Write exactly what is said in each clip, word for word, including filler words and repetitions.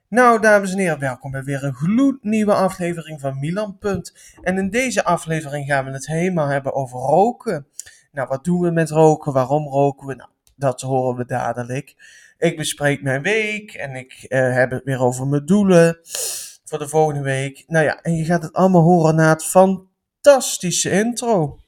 Nou, dames en heren, welkom bij weer een gloednieuwe aflevering van Milan Punt. En in deze aflevering gaan we het helemaal hebben over roken. Nou, wat doen we met roken? Waarom roken we? Nou, dat horen we dadelijk. Ik bespreek mijn week en ik uh, heb het weer over mijn doelen voor de volgende week. Nou ja, en je gaat het allemaal horen na het fantastische intro.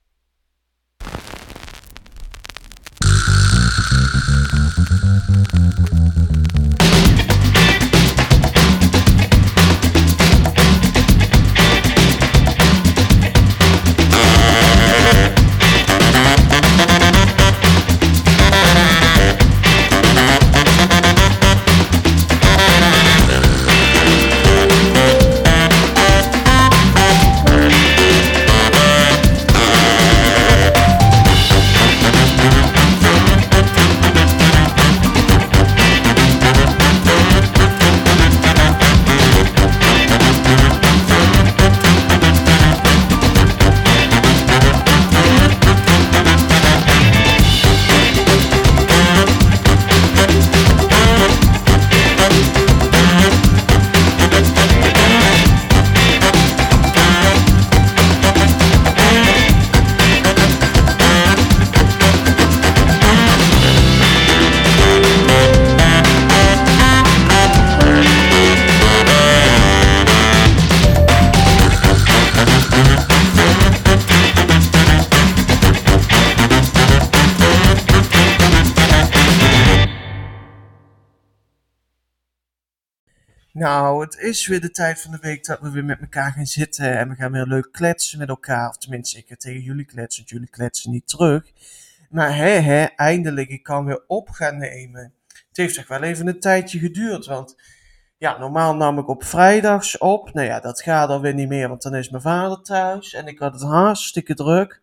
Nou, het is weer de tijd van de week dat we weer met elkaar gaan zitten en we gaan weer leuk kletsen met elkaar. Of tenminste, ik ga tegen jullie kletsen, want jullie kletsen niet terug. Maar hè, hè, eindelijk, ik kan weer op gaan nemen. Het heeft toch wel even een tijdje geduurd, want ja, normaal nam ik op vrijdags op. Nou ja, dat gaat alweer niet meer, want dan is mijn vader thuis en ik had het hartstikke druk.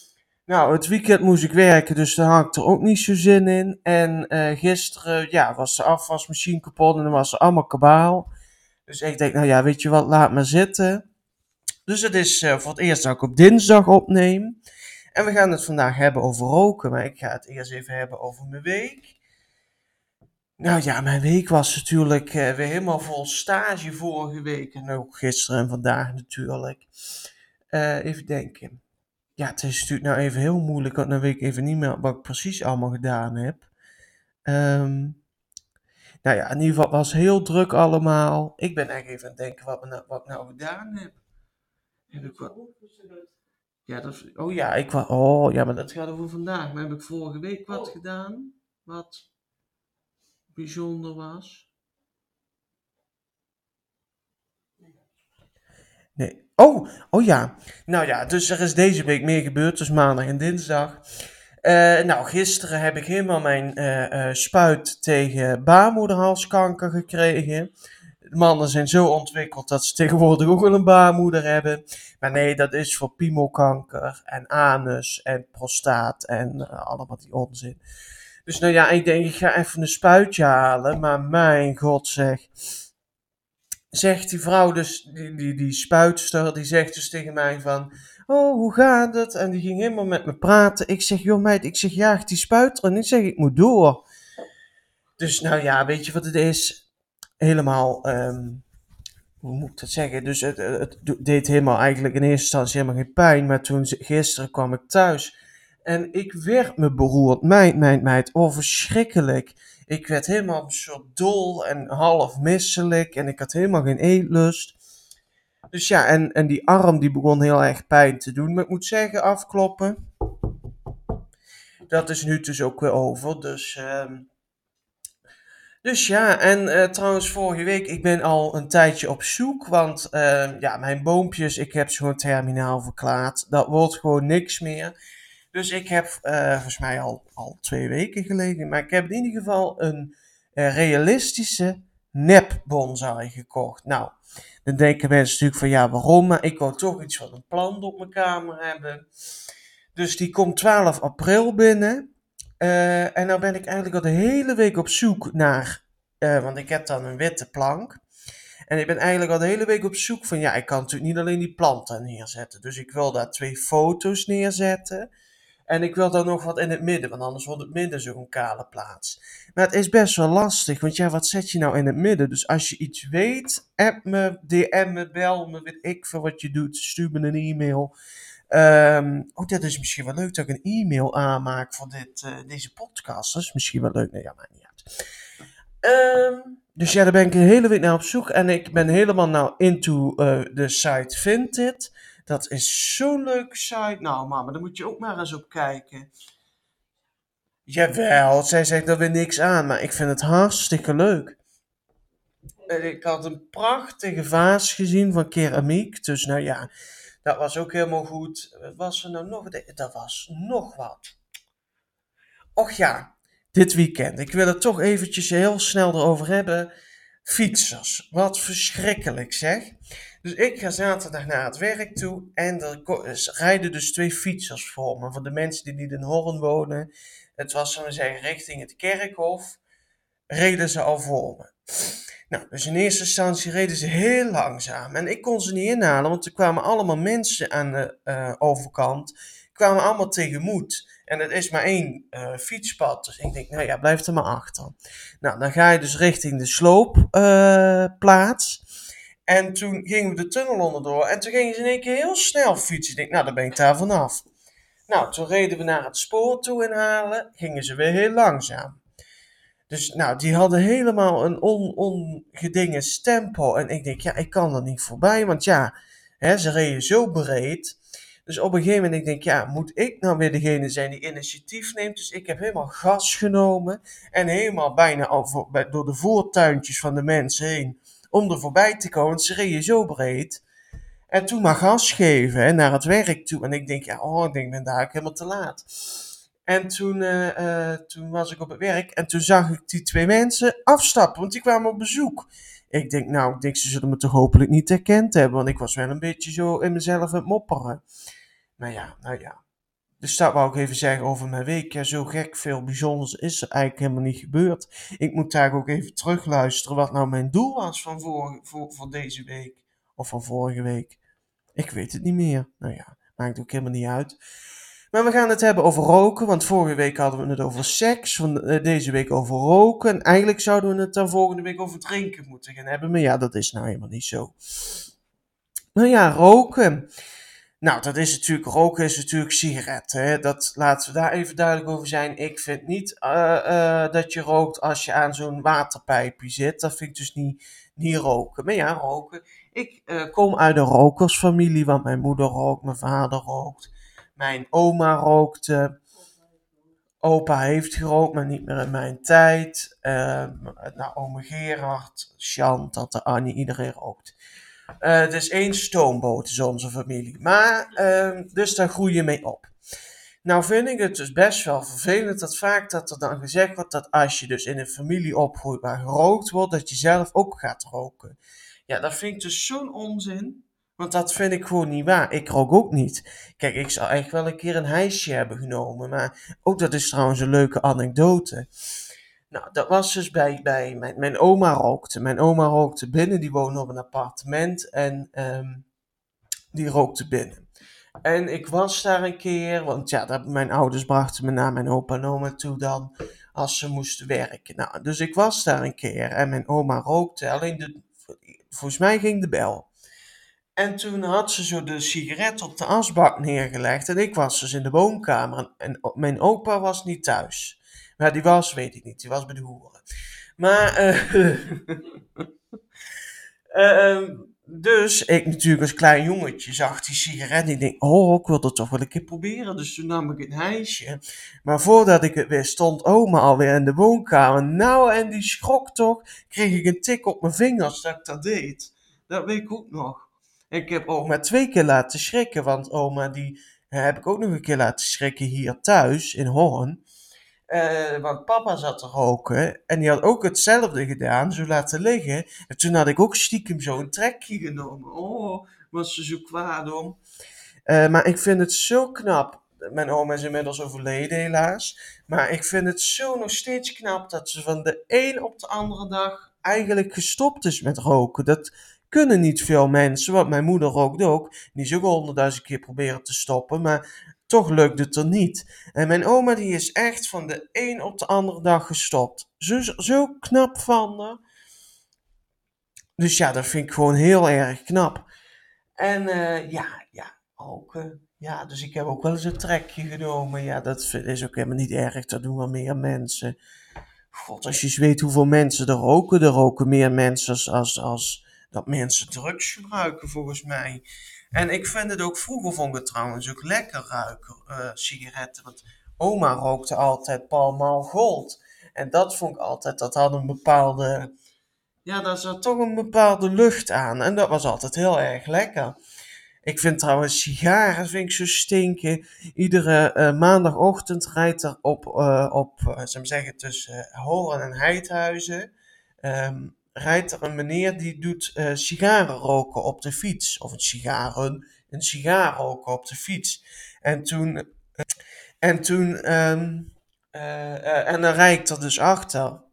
Nou, het weekend moest ik werken, dus daar had ik er ook niet zo zin in. En uh, gisteren, ja, was de afwasmachine kapot en dan was er allemaal kabaal. Dus ik denk, nou ja, weet je wat, laat maar zitten. Dus het is uh, voor het eerst dat ik op dinsdag opneem. En we gaan het vandaag hebben over roken, maar ik ga het eerst even hebben over mijn week. Nou ja, mijn week was natuurlijk uh, weer helemaal vol stage vorige week en ook gisteren en vandaag natuurlijk. Uh, even denken. Ja, het is natuurlijk nou even heel moeilijk, want nou weet ik even niet meer wat ik precies allemaal gedaan heb. Um, nou ja, in ieder geval was heel druk allemaal. Ik ben echt even aan het denken wat, nou, wat ik nou gedaan heb. Heb ik wat... Ja, dat... Oh ja, ik was... Oh ja, maar dat gaat over vandaag. Maar heb ik vorige week wat oh. gedaan? Wat bijzonder was? Nee. Oh, oh ja. Nou ja, dus er is deze week meer gebeurd. Dus maandag en dinsdag. Uh, nou, gisteren heb ik helemaal mijn uh, uh, spuit tegen baarmoederhalskanker gekregen. De mannen zijn zo ontwikkeld dat ze tegenwoordig ook wel een baarmoeder hebben. Maar nee, dat is voor piemelkanker en anus en prostaat en uh, allemaal die onzin. Dus nou ja, ik denk ik ga even een spuitje halen. Maar mijn god zeg. Zegt die vrouw dus, die, die, die spuitster, die zegt dus tegen mij van... Oh, hoe gaat het? En die ging helemaal met me praten. Ik zeg, joh meid, ik zeg, jaag die spuiter. En ik zeg, ik moet door. Dus nou ja, weet je wat het is? Helemaal, um, hoe moet ik dat zeggen? Dus het, het, het deed helemaal eigenlijk in eerste instantie helemaal geen pijn. Maar toen, gisteren kwam ik thuis. En ik werd me beroerd. Meid, meid, meid. Oh, verschrikkelijk. Ik werd helemaal een soort dol en half misselijk. En ik had helemaal geen eetlust. Dus ja, en, en die arm die begon heel erg pijn te doen. Maar ik moet zeggen, afkloppen. Dat is nu dus ook weer over. Dus, uh, dus ja, en uh, trouwens vorige week, ik ben al een tijdje op zoek. Want uh, ja, mijn boompjes, ik heb ze gewoon terminaal verklaard. Dat wordt gewoon niks meer. Dus ik heb uh, volgens mij al, al twee weken geleden. Maar ik heb in ieder geval een uh, realistische nep bonsai gekocht. Nou, dan denken mensen natuurlijk van ja, waarom? Maar ik wil toch iets van een plant op mijn kamer hebben. Dus die komt twaalf april binnen. Uh, en nou ben ik eigenlijk al de hele week op zoek naar... Uh, want ik heb dan een witte plank. En ik ben eigenlijk al de hele week op zoek van... Ja, ik kan natuurlijk niet alleen die planten neerzetten. Dus ik wil daar twee foto's neerzetten. En ik wil dan nog wat in het midden, want anders wordt het midden zo'n kale plaats. Maar het is best wel lastig, want ja, wat zet je nou in het midden? Dus als je iets weet, app me, D M me, bel me, weet ik veel wat je doet, stuur me een e-mail. Um, oh, dat is misschien wel leuk dat ik een e-mail aanmaak voor dit, uh, deze podcast. Dat is misschien wel leuk. Nee, ja, maakt niet uit. Um, dus ja, daar ben ik een hele week naar op zoek. En ik ben helemaal nou into uh, de site Vinted. Dat is zo'n leuke site. Nou, mama, daar moet je ook maar eens op kijken. Jawel, zij zegt er weer niks aan, maar ik vind het hartstikke leuk. En ik had een prachtige vaas gezien van keramiek. Dus nou ja, dat was ook helemaal goed. Wat was er nou nog? Dat was nog wat. Och ja, dit weekend. Ik wil het toch eventjes heel snel erover hebben. Fietsers. Wat verschrikkelijk zeg. Dus ik ga zaterdag naar het werk toe. En er rijden dus twee fietsers voor me. Voor de mensen die niet in Horn wonen. Het was, zullen we zeggen, richting het kerkhof. Reden ze al voor me. Nou, dus in eerste instantie reden ze heel langzaam. En ik kon ze niet inhalen, want er kwamen allemaal mensen aan de uh, overkant. Kwamen allemaal tegemoet. En het is maar één uh, fietspad. Dus ik denk, nou ja, blijf er maar achter. Nou, dan ga je dus richting de sloopplaats. Uh, en toen gingen we de tunnel onderdoor. En toen gingen ze in één keer heel snel fietsen. Ik denk, nou, dan ben ik daar vanaf. Nou, toen reden we naar het spoor toe inhalen. Gingen ze weer heel langzaam. Dus nou, die hadden helemaal een on, ongedinges tempo. En ik denk, ja, ik kan er niet voorbij. Want ja, hè, ze reden zo breed. Dus op een gegeven moment denk ik, ja, moet ik nou weer degene zijn die initiatief neemt? Dus ik heb helemaal gas genomen. En helemaal bijna over, door de voortuintjes van de mensen heen. Om er voorbij te komen, want ze reden zo breed. En toen maar gas geven, hè, naar het werk toe. En ik denk, ja, oh, ik denk, ik ben daar ook helemaal te laat. En toen, uh, uh, toen was ik op het werk en toen zag ik die twee mensen afstappen, want die kwamen op bezoek. Ik denk, nou, ik denk, ze zullen me toch hopelijk niet herkend hebben, want ik was wel een beetje zo in mezelf aan het mopperen. Maar ja, nou ja. Dus dat wou ik even zeggen over mijn week. Ja, zo gek veel bijzonders is er eigenlijk helemaal niet gebeurd. Ik moet daar ook even terugluisteren wat nou mijn doel was van voor, voor, voor deze week. Of van vorige week. Ik weet het niet meer. Nou ja, maakt ook helemaal niet uit. Maar we gaan het hebben over roken, want vorige week hadden we het over seks, van deze week over roken. En eigenlijk zouden we het dan volgende week over drinken moeten gaan hebben, maar ja, dat is nou helemaal niet zo. Nou ja, roken. Nou, dat is natuurlijk, roken is natuurlijk sigaretten, hè? Dat, laten we daar even duidelijk over zijn. Ik vind niet uh, uh, dat je rookt als je aan zo'n waterpijpje zit, dat vind ik dus niet, niet roken. Maar ja, roken. Ik uh, kom uit een rokersfamilie, want mijn moeder rookt, mijn vader rookt. Mijn oma rookte, opa heeft gerookt, maar niet meer in mijn tijd. Uh, nou, ome Gerard, Jean, tante Annie, iedereen rookt. Uh, het is één stoomboot, is onze familie. Maar, uh, dus daar groei je mee op. Nou vind ik het dus best wel vervelend dat vaak dat er dan gezegd wordt dat als je dus in een familie opgroeit waar gerookt wordt, dat je zelf ook gaat roken. Ja, dat vind ik dus zo'n onzin. Want dat vind ik gewoon niet waar. Ik rook ook niet. Kijk, ik zou echt wel een keer een hijsje hebben genomen. Maar ook dat is trouwens een leuke anekdote. Nou, dat was dus bij, bij mijn, mijn oma rookte. Mijn oma rookte binnen. Die woonde op een appartement. En um, die rookte binnen. En ik was daar een keer. Want ja, dat, mijn ouders brachten me naar mijn opa en oma toe dan. Als ze moesten werken. Nou, dus ik was daar een keer. En mijn oma rookte. Alleen de, volgens mij ging de bel. En toen had ze zo de sigaret op de asbak neergelegd. En ik was dus in de woonkamer. En mijn opa was niet thuis. Maar die was, weet ik niet. Die was bij de hoeren. Maar, uh, uh, dus ik natuurlijk als klein jongetje zag die sigaret. En ik denk, oh, ik wil dat toch wel een keer proberen. Dus toen nam ik een hijsje. Maar voordat ik het wist, stond oma alweer in de woonkamer. Nou, en die schrok toch. Kreeg ik een tik op mijn vingers dat ik dat deed. Dat weet ik ook nog. Ik heb oma twee keer laten schrikken, want oma die heb ik ook nog een keer laten schrikken hier thuis in Hoorn. Uh, want papa zat te roken en die had ook hetzelfde gedaan, zo laten liggen. En toen had ik ook stiekem zo'n trekje genomen. Oh, was ze zo kwaad om. Uh, maar ik vind het zo knap. Mijn oma is inmiddels overleden helaas. Maar ik vind het zo nog steeds knap dat ze van de een op de andere dag eigenlijk gestopt is met roken. Dat kunnen niet veel mensen, want mijn moeder rookt ook. Die is ook honderdduizend keer proberen te stoppen, maar toch lukt het er niet. En mijn oma die is echt van de een op de andere dag gestopt. Zo, zo knap van haar. Dus ja, dat vind ik gewoon heel erg knap. En eh, ja, ja, ook, eh, ja, dus ik heb ook wel eens een trekje genomen. Ja, dat vind- is ook helemaal niet erg, dat doen wel meer mensen. God, als je eens weet hoeveel mensen er roken, er roken meer mensen als, als, als dat mensen drugs gebruiken, volgens mij. En ik vind het ook, vroeger vond ik het trouwens ook lekker ruiken, eh, sigaretten. Want oma rookte altijd Pall Mall Gold. En dat vond ik altijd, dat had een bepaalde, ja, daar zat toch een bepaalde lucht aan. En dat was altijd heel erg lekker. Ik vind trouwens sigaren vind ik zo stinken. Iedere eh, maandagochtend rijdt er op, eh, op eh, zou ik maar zeggen, tussen uh, Horen en Heidhuizen, ehm, rijdt er een meneer die doet eh, sigaren roken op de fiets. Of een sigaren, een sigaar roken op de fiets. En toen, en toen, ehm, eh, eh, en dan rijd ik er dus achter.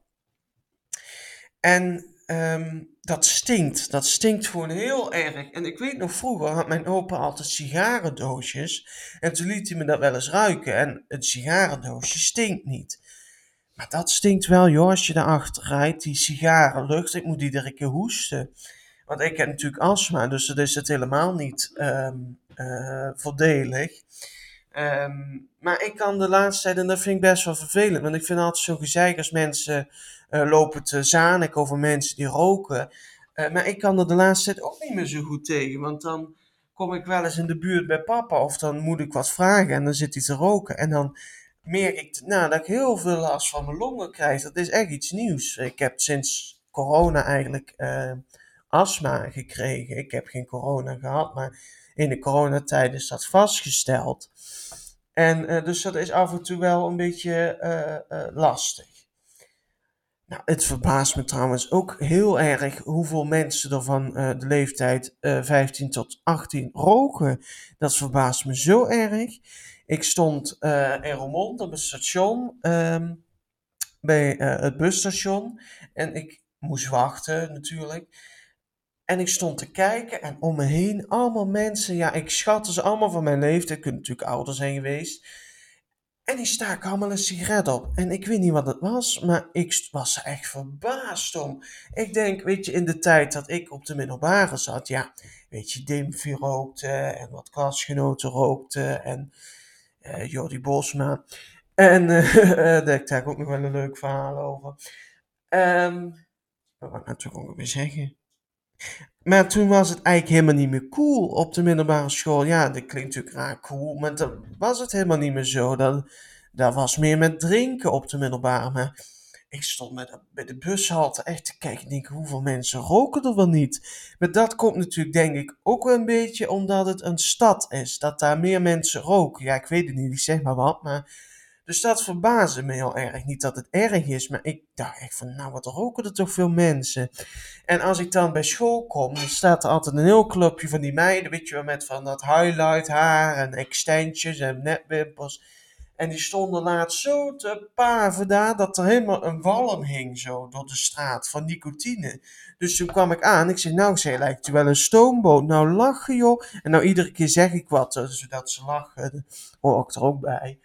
En ehm, dat stinkt. Dat stinkt gewoon heel erg. En ik weet nog, vroeger had mijn opa altijd sigarendoosjes. En toen liet hij me dat wel eens ruiken. En een sigarendoosje stinkt niet. Maar dat stinkt wel, joh, als je daarachter rijdt. Die sigarenlucht, ik moet iedere keer hoesten. Want ik heb natuurlijk astma, dus dat is het helemaal niet ehm eh, voordelig. Ehm, maar ik kan de laatste tijd, en dat vind ik best wel vervelend, want ik vind altijd zo gezeik als mensen eh, lopen te zanik over mensen die roken. Eh, maar ik kan er de laatste tijd ook niet meer zo goed tegen, want dan kom ik wel eens in de buurt bij papa of dan moet ik wat vragen en dan zit hij te roken. En dan merk ik nou, dat ik heel veel last van mijn longen krijg. Dat is echt iets nieuws. Ik heb sinds corona eigenlijk eh, astma gekregen. Ik heb geen corona gehad, maar in de coronatijd is dat vastgesteld. En eh, dus dat is af en toe wel een beetje eh, eh, lastig. Nou, het verbaast me trouwens ook heel erg hoeveel mensen er van eh, de leeftijd eh, vijftien tot achttien roken. Dat verbaast me zo erg. Ik stond eh, in Roermond op het station, ehm, bij eh, het busstation. En ik moest wachten natuurlijk. En ik stond te kijken en om me heen allemaal mensen. Ja, ik schatte ze allemaal van mijn leeftijd. Kunnen natuurlijk ouder zijn geweest. En die staken allemaal een sigaret op. En ik weet niet wat het was, maar ik was er echt verbaasd om. Ik denk, weet je, in de tijd dat ik op de middelbare zat, ja, weet je, Dimfy rookte en wat klasgenoten rookten en eh Jordi Bosma. En eh, daar heb ik daar ook nog wel een leuk verhaal over. Ehm wat wou ik natuurlijk ook weer zeggen? Maar toen was het eigenlijk helemaal niet meer cool op de middelbare school. Ja, dat klinkt natuurlijk raar cool, maar dat was het helemaal niet meer zo. Dat, dat was meer met drinken op de middelbare. Maar ik stond met, bij de bushalte echt te kijken en denk, hoeveel mensen roken er wel niet? Maar dat komt natuurlijk denk ik ook wel een beetje omdat het een stad is. Dat daar meer mensen roken. Ja, ik weet het niet, ik zeg maar wat, maar dus dat verbaasde me heel erg. Niet dat het erg is, maar ik dacht echt van, nou wat roken er toch veel mensen. En als ik dan bij school kom, dan staat er altijd een heel clubje van die meiden, weet je wel, met van dat highlight haar en extensions en netwimpers. En die stonden laatst zo te paven daar, dat er helemaal een walm hing zo door de straat van nicotine. Dus toen kwam ik aan, ik zei, nou, zei, lijkt u wel een stoomboot. Nou, lachen joh. En nou, iedere keer zeg ik wat, eh, zodat ze lachen. Hoor ik er ook bij.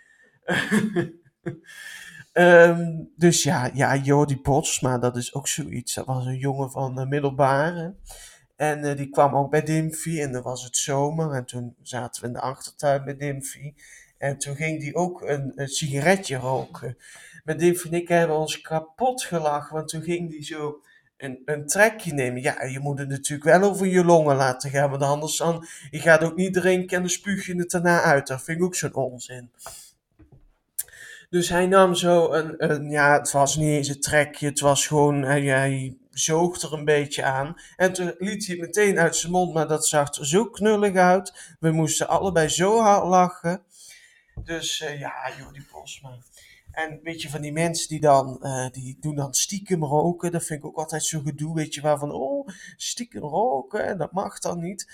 Ehm, dus ja, ja, Jordi Botsma, dat is ook zoiets. Dat was een jongen van de middelbare. En eh, die kwam ook bij Dimfy en dan was het zomer. En toen zaten we in de achtertuin bij Dimfy. En toen ging die ook een, een sigaretje roken. Met Dimfy en ik hebben ons kapot gelachen. Want toen ging die zo een, een trekje nemen. Ja, je moet het natuurlijk wel over je longen laten gaan. Want anders dan, je gaat ook niet drinken en dan spuug je het daarna uit. Dat vind ik ook zo'n onzin. Dus hij nam zo een, een, ja, het was niet eens een trekje, het was gewoon, hij, hij zoog er een beetje aan. En toen liet hij het meteen uit zijn mond, maar dat zag er zo knullig uit. We moesten allebei zo hard lachen. Dus uh, ja, Jordi Bosma. En weet je, van die mensen die dan, uh, die doen dan stiekem roken, dat vind ik ook altijd zo gedoe, weet je, waarvan, oh, stiekem roken, en dat mag dan niet.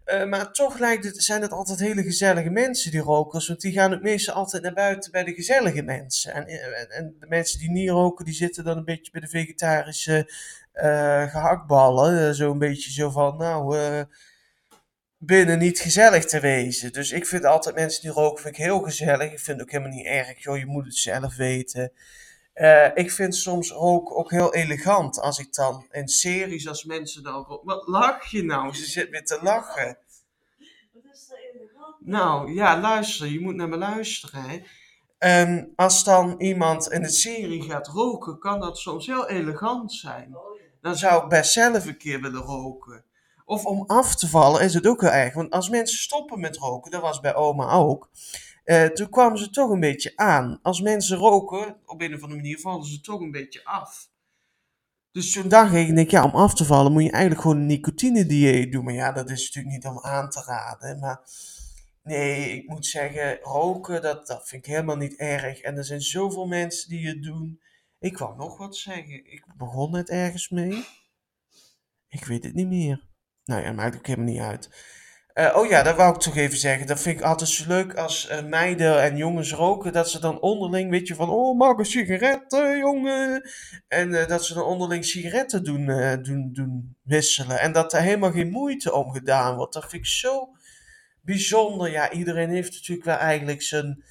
Uh, maar toch lijkt het, zijn het altijd hele gezellige mensen, die rokers. Want die gaan het meestal altijd naar buiten bij de gezellige mensen. En, en, en de mensen die niet roken, die zitten dan een beetje bij de vegetarische uh, gehaktballen. Uh, Zo'n beetje zo van, nou, uh, binnen niet gezellig te wezen. Dus ik vind altijd mensen die roken vind ik heel gezellig. Ik vind het ook helemaal niet erg, joh, je moet het zelf weten. Uh, ik vind soms roken ook heel elegant. Als ik dan in series, als mensen dan roken. Wat lach je nou? Ze zit weer te lachen. Wat is dat elegant? Nou ja, luister, je moet naar me luisteren. Hè. Um, als dan iemand in de serie gaat roken, kan dat soms heel elegant zijn. Dan zou ik best zelf een keer willen roken. Of om af te vallen is het ook heel erg. Want als mensen stoppen met roken, dat was bij oma ook. Uh, toen kwamen ze toch een beetje aan. Als mensen roken, op een of andere manier vallen ze toch een beetje af. Dus toen dacht ik, denk, ja, om af te vallen moet je eigenlijk gewoon een nicotine-dieet doen. Maar ja, dat is natuurlijk niet om aan te raden. Maar nee, ik moet zeggen, roken, dat, dat vind ik helemaal niet erg. En er zijn zoveel mensen die het doen. Ik wou nog wat zeggen. Ik begon net ergens mee. Ik weet het niet meer. Nou ja, maakt ook helemaal niet uit. Uh, oh ja, dat wou ik toch even zeggen. Dat vind ik altijd zo leuk als uh, meiden en jongens roken. Dat ze dan onderling, weet je, van... Oh, maak een sigaret, uh, jongen. En uh, dat ze dan onderling sigaretten doen, uh, doen, doen wisselen. En dat er helemaal geen moeite om gedaan wordt. Dat vind ik zo bijzonder. Ja, iedereen heeft natuurlijk wel eigenlijk zijn...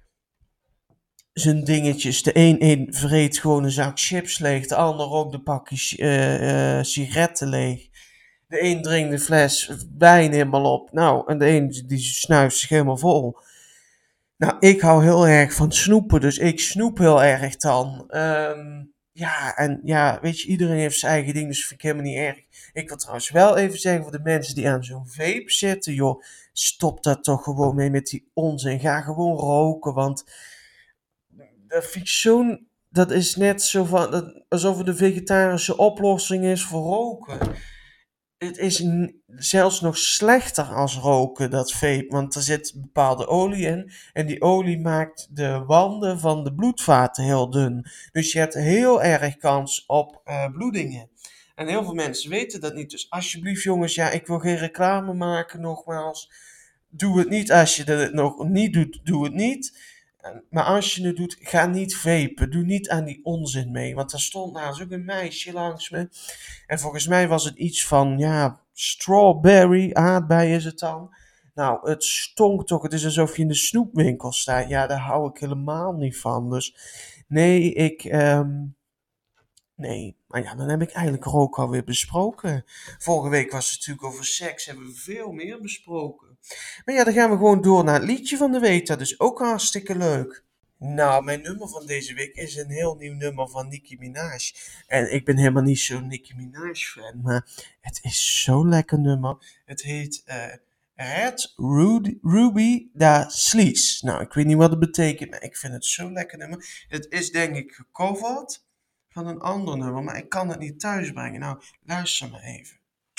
zijn dingetjes. De een, een vreet gewoon een zak chips leeg. De ander ook de pakjes uh, uh, sigaretten leeg. De een drinkt de fles wijn helemaal op. Nou, en de een die snuift zich helemaal vol. Nou, ik hou heel erg van snoepen, dus ik snoep heel erg dan. Um, ja, en ja, weet je, iedereen heeft zijn eigen ding, dus dat vind ik helemaal niet erg. Ik wil trouwens wel even zeggen voor de mensen die aan zo'n vape zitten, joh, stop daar toch gewoon mee met die onzin. Ga gewoon roken, want dat vind ik zo'n... Dat is net zo van, dat, alsof het een vegetarische oplossing is voor roken. Het is n- zelfs nog slechter als roken, dat vape, want er zit bepaalde olie in en die olie maakt de wanden van de bloedvaten heel dun. Dus je hebt heel erg kans op uh, bloedingen. En heel veel mensen weten dat niet. Dus alsjeblieft jongens, ja, ik wil geen reclame maken nogmaals. Doe het niet als je het nog niet doet, doe het niet. Maar als je het doet, ga niet vapen. Doe niet aan die onzin mee. Want er stond nou ook een meisje langs me. En volgens mij was het iets van, ja, strawberry, aardbei is het dan. Nou, het stonk toch. Het is alsof je in de snoepwinkel staat. Ja, daar hou ik helemaal niet van. Dus nee, ik... Um, nee, maar ja, dan heb ik eigenlijk rook alweer besproken. Vorige week was het natuurlijk over seks. Hebben we veel meer besproken. Maar ja, dan gaan we gewoon door naar het liedje van de week. Dat is ook hartstikke leuk. Nou, mijn nummer van deze week is een heel nieuw nummer van Nicki Minaj. En ik ben helemaal niet zo'n Nicki Minaj fan, maar het is zo'n lekker nummer. Het heet uh, Red Rudy, Ruby da Sleaze. Nou, ik weet niet wat het betekent, maar ik vind het zo'n lekker nummer. Het is denk ik gecoverd van een ander nummer, maar ik kan het niet thuisbrengen. Nou, luister maar even.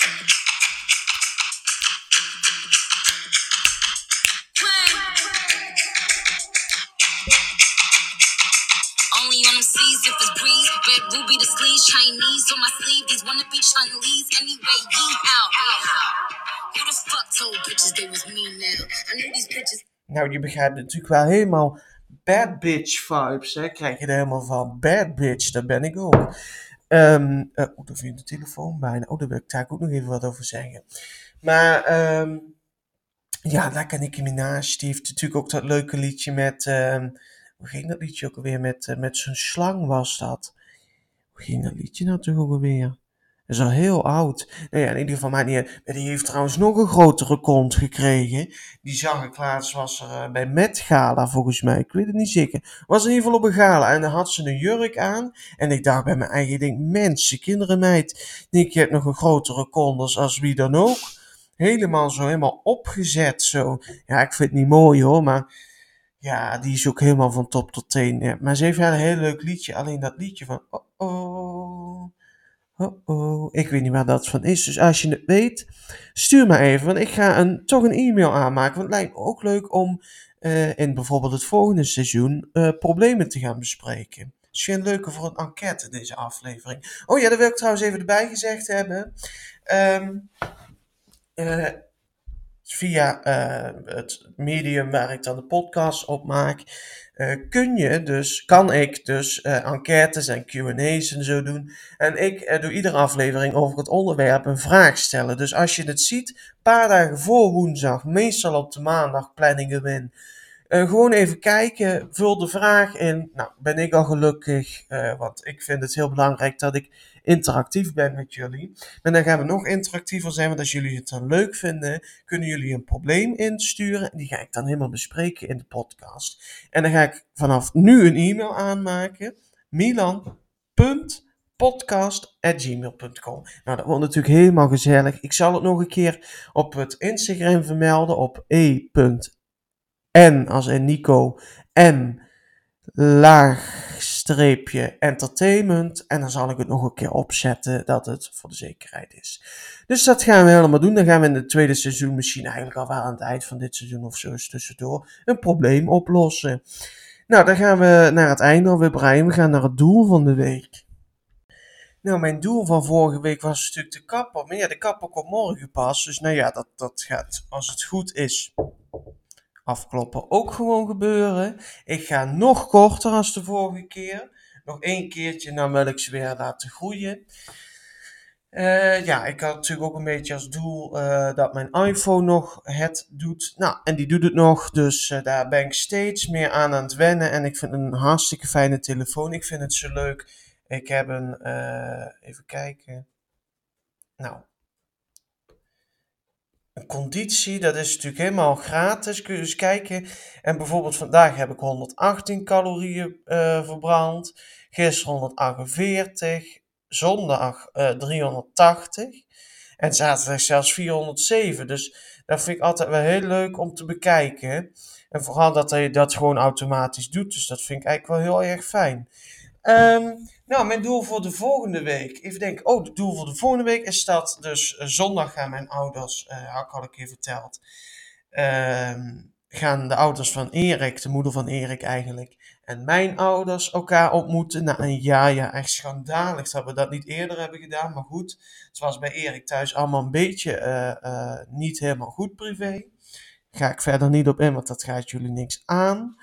Only on them seas if it's breeze. Red ruby the sleeves, Chinese on my sleeve. These wanna be Chinese anyway. Yeehaw. Who the fuck told bitches they was me now? I knew these bitches. Nou, je begrijpt natuurlijk wel helemaal bad bitch vibes, hè? Krijg je er helemaal van. Bad bitch, dat ben ik ook. Um, uh, oh, daar vind je de telefoon bijna. Oh, daar wil ik daar ook nog even wat over zeggen. Maar, um, ja, lekker Nicki Minaj. Die heeft natuurlijk ook dat leuke liedje met... Um, Hoe ging dat liedje ook alweer? Met, uh, met zo'n slang was dat. Hoe ging dat liedje nou toch ook alweer? Dat is al heel oud. Nou ja, in ieder geval, maar die, die heeft trouwens nog een grotere kont gekregen. Die zag ik laatst, was er uh, bij Met Gala volgens mij. Ik weet het niet zeker. Was in ieder geval op een gala. En dan had ze een jurk aan. En ik dacht bij mijn eigen, ik denk, mensen, kinderen, meid. Denk, je hebt nog een grotere kont als wie dan ook. Helemaal zo, helemaal opgezet zo. Ja, ik vind het niet mooi hoor, maar... Ja, die is ook helemaal van top tot teen. Ja. Maar ze heeft wel een heel leuk liedje. Alleen dat liedje van... Oh oh, oh oh. Ik weet niet waar dat van is. Dus als je het weet, stuur me even. Want ik ga een, toch een e-mail aanmaken. Want het lijkt me ook leuk om uh, in bijvoorbeeld het volgende seizoen uh, problemen te gaan bespreken. Dus een leuke voor een enquête deze aflevering. Oh ja, dat wil ik trouwens even erbij gezegd hebben. Um, uh, via uh, het medium waar ik dan de podcast op maak, uh, kun je dus, kan ik dus uh, enquêtes en Q en A's en zo doen. En ik uh, doe iedere aflevering over het onderwerp een vraag stellen. Dus als je het ziet, een paar dagen voor woensdag, meestal op de maandag planningen we in. Uh, gewoon even kijken, vul de vraag in. Nou, ben ik al gelukkig, uh, want ik vind het heel belangrijk dat ik interactief ben met jullie. En dan gaan we nog interactiever zijn, want als jullie het dan leuk vinden, kunnen jullie een probleem insturen. En die ga ik dan helemaal bespreken in de podcast. En dan ga ik vanaf nu een e-mail aanmaken. milan punt podcast at gmail punt com. Nou, dat wordt natuurlijk helemaal gezellig. Ik zal het nog een keer op het Instagram vermelden op e. En als in Nico, en laagstreepje entertainment. En dan zal ik het nog een keer opzetten dat het voor de zekerheid is. Dus dat gaan we helemaal doen. Dan gaan we in het tweede seizoen, misschien eigenlijk al wel aan het eind van dit seizoen of zo eens tussendoor, een probleem oplossen. Nou, dan gaan we naar het einde alweer, Brian. We gaan naar het doel van de week. Nou, mijn doel van vorige week was natuurlijk de kapper. Maar ja, de kapper komt morgen pas. Dus nou ja, dat, dat gaat, als het goed is, afkloppen ook gewoon gebeuren. Ik ga nog korter als de vorige keer. Nog één keertje, dan wil ik ze weer laten groeien. Uh, ja, ik had natuurlijk ook een beetje als doel uh, dat mijn iPhone nog het doet. Nou, en die doet het nog, dus uh, daar ben ik steeds meer aan aan het wennen. En ik vind het een hartstikke fijne telefoon. Ik vind het zo leuk. Ik heb een, uh, even kijken. Nou, een conditie, dat is natuurlijk helemaal gratis. Kun je eens kijken. En bijvoorbeeld vandaag heb ik honderdachttien calorieën uh, verbrand. Gisteren honderdachtenveertig. Zondag uh, driehonderdtachtig. En zaterdag zelfs vierhonderdzeven. Dus dat vind ik altijd wel heel leuk om te bekijken. En vooral dat hij dat gewoon automatisch doet. Dus dat vind ik eigenlijk wel heel erg fijn. Um, nou, mijn doel voor de volgende week. Even denken. Oh, het doel voor de volgende week is dat dus uh, zondag gaan mijn ouders, uh, had ik je verteld, uh, gaan de ouders van Erik, de moeder van Erik eigenlijk, en mijn ouders elkaar ontmoeten. Nou, en ja, ja, echt schandalig dat we dat niet eerder hebben gedaan. Maar goed, het was bij Erik thuis allemaal een beetje uh, uh, niet helemaal goed privé. Ga ik verder niet op in, want dat gaat jullie niks aan.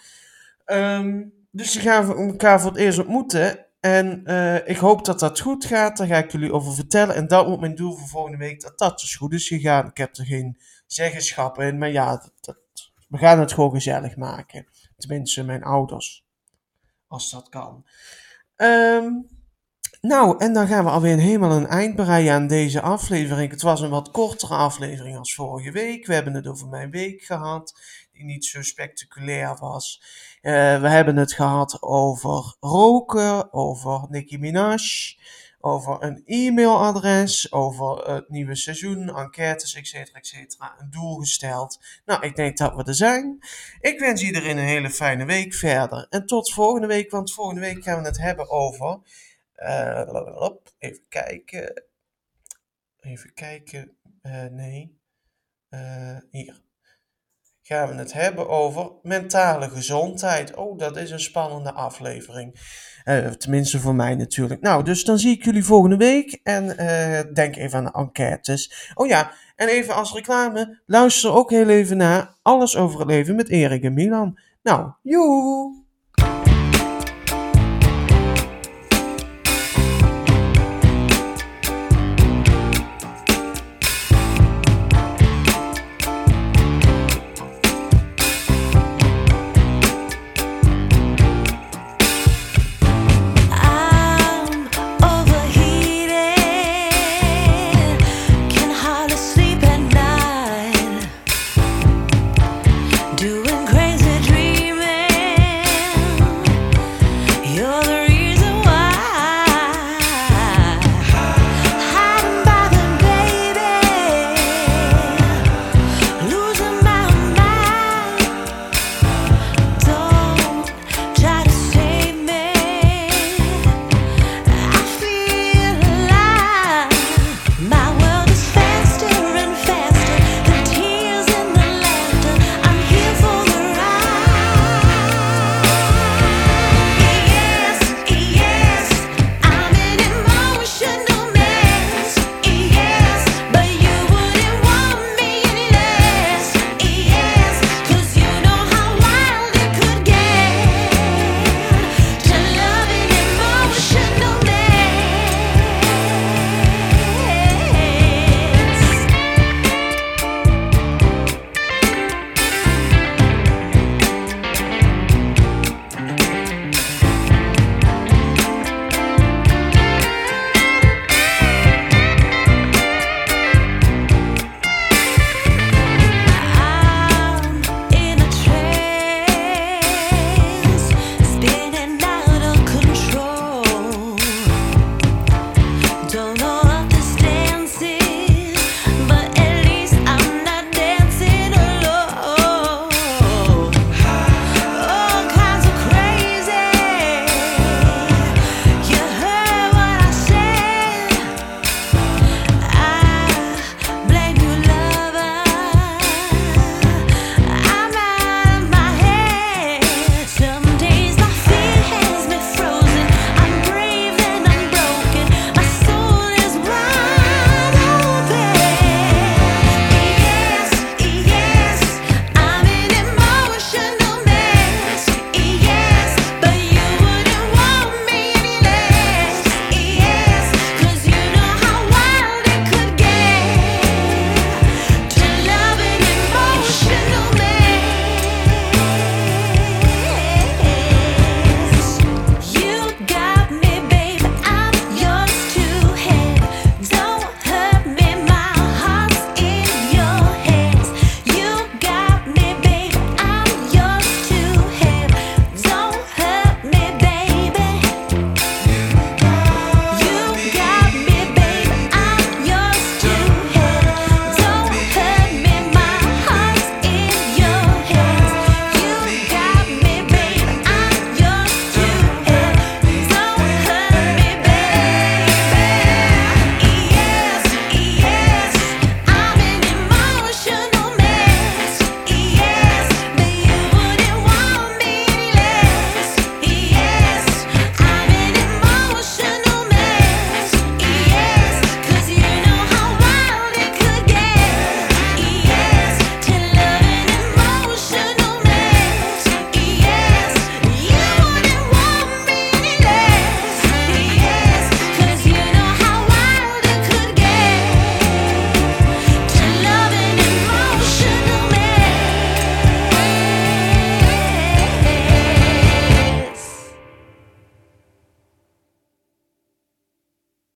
Um, dus ze gaan elkaar voor het eerst ontmoeten. En uh, ik hoop dat dat goed gaat. Daar ga ik jullie over vertellen. En dat wordt mijn doel voor volgende week. Dat dat dus goed is gegaan. Ik heb er geen zeggenschap in. Maar ja, dat, dat, we gaan het gewoon gezellig maken. Tenminste, mijn ouders. Als dat kan. Um, nou, en dan gaan we alweer helemaal een eind breien aan deze aflevering. Het was een wat kortere aflevering als vorige week. We hebben het over mijn week gehad. Die niet zo spectaculair was. Uh, we hebben het gehad over roken, over Nicki Minaj, over een e-mailadres, over het nieuwe seizoen, enquêtes, et cetera, et cetera. Een doel gesteld. Nou, ik denk dat we er zijn. Ik wens iedereen een hele fijne week verder. En tot volgende week, want volgende week gaan we het hebben over... Uh, even kijken. Even kijken. Uh, nee. Uh, hier. Gaan we het hebben over mentale gezondheid. Oh, dat is een spannende aflevering. Uh, tenminste voor mij natuurlijk. Nou, dus dan zie ik jullie volgende week. En uh, denk even aan de enquêtes. Oh ja, en even als reclame. Luister ook heel even naar Alles over het leven met Erik en Milan. Nou, joe!